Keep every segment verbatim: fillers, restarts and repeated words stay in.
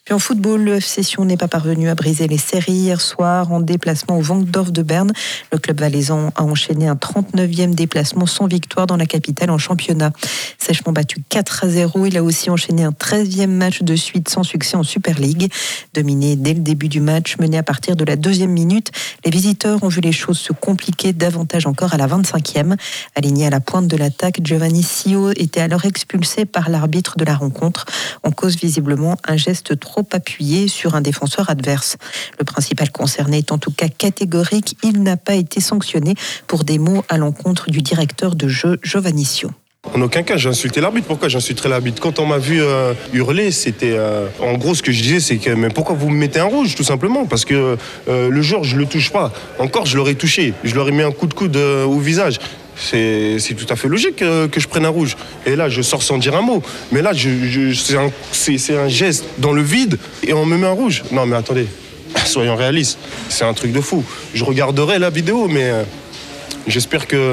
Puis en football, le F C Sion n'est pas parvenu à briser les séries hier soir en déplacement au Wankdorf de Berne. Le club valaisan a enchaîné un trente-neuvième déplacement sans victoire dans la capitale en championnat. Sèchement battu quatre à zéro, il a aussi enchaîné un treizième match de suite sans succès en Super League. Dominé dès le début du match, mené à partir de la deuxième minute, les visiteurs ont vu les choses se compliquer davantage encore à la vingt-cinquième. Aligné à la pointe de l'attaque, Giovanni Sio était alors expulsé par l'arbitre de la rencontre, en cause visiblement un geste trop appuyé sur un défenseur adverse. Le principal concerné est en tout cas catégorique, il n'a pas été sanctionné pour des mots à l'encontre du directeur de jeu Giovanni Sio. En aucun cas, j'ai insulté l'arbitre. Pourquoi j'insulterais l'arbitre ? Quand on m'a vu euh, hurler, c'était... Euh, en gros, ce que je disais, c'est que... Mais pourquoi vous me mettez un rouge, tout simplement ? Parce que euh, le joueur, je ne le touche pas. Encore, je l'aurais touché. Je leur ai mis un coup de coude euh, au visage. C'est, c'est tout à fait logique euh, que je prenne un rouge. Et là, je sors sans dire un mot. Mais là, je, je, c'est, un, c'est, c'est un geste dans le vide et on me met un rouge. Non, mais attendez, soyons réalistes. C'est un truc de fou. Je regarderai la vidéo, mais euh, j'espère que...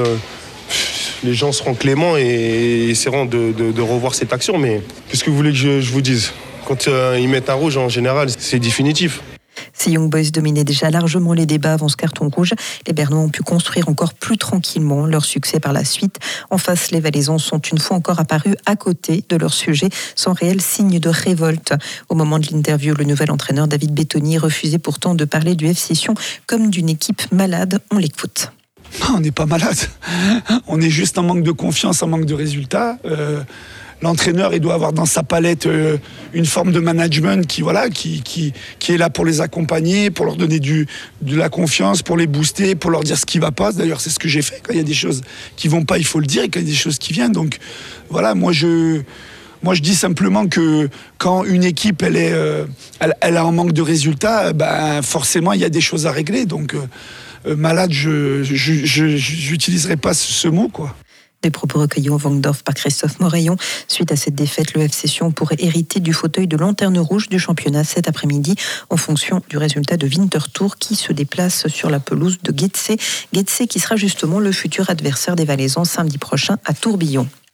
les gens seront cléments et essaieront de, de, de revoir cette action. Mais qu'est-ce que vous voulez que je, je vous dise ? Quand euh, ils mettent un rouge, en général, c'est définitif. Ces Young Boys dominaient déjà largement les débats avant ce carton rouge. Les Bernois ont pu construire encore plus tranquillement leur succès par la suite. En face, les Valaisans sont une fois encore apparus à côté de leur sujet, sans réel signe de révolte. Au moment de l'interview, le nouvel entraîneur David Bettoni refusait pourtant de parler du F C Sion comme d'une équipe malade. On l'écoute. Non, on n'est pas malade. On est juste en manque de confiance, en manque de résultats. Euh, l'entraîneur, il doit avoir dans sa palette euh, une forme de management qui, voilà, qui, qui, qui est là pour les accompagner, pour leur donner du, de la confiance, pour les booster, pour leur dire ce qui ne va pas. D'ailleurs, c'est ce que j'ai fait. Quand il y a des choses qui ne vont pas, il faut le dire. Et quand il y a des choses qui viennent, donc voilà, moi je... Moi, je dis simplement que quand une équipe elle est, euh, elle, elle a un manque de résultats, ben forcément il y a des choses à régler. Donc euh, malade, je n'utiliserai pas ce, ce mot, quoi. Des propos recueillis au Wankdorf par Christophe Moreillon. Suite à cette défaite, le F C Sion pourrait hériter du fauteuil de lanterne rouge du championnat cet après-midi en fonction du résultat de Winterthur qui se déplace sur la pelouse de Getse. Getse qui sera justement le futur adversaire des Valaisans samedi prochain à Tourbillon.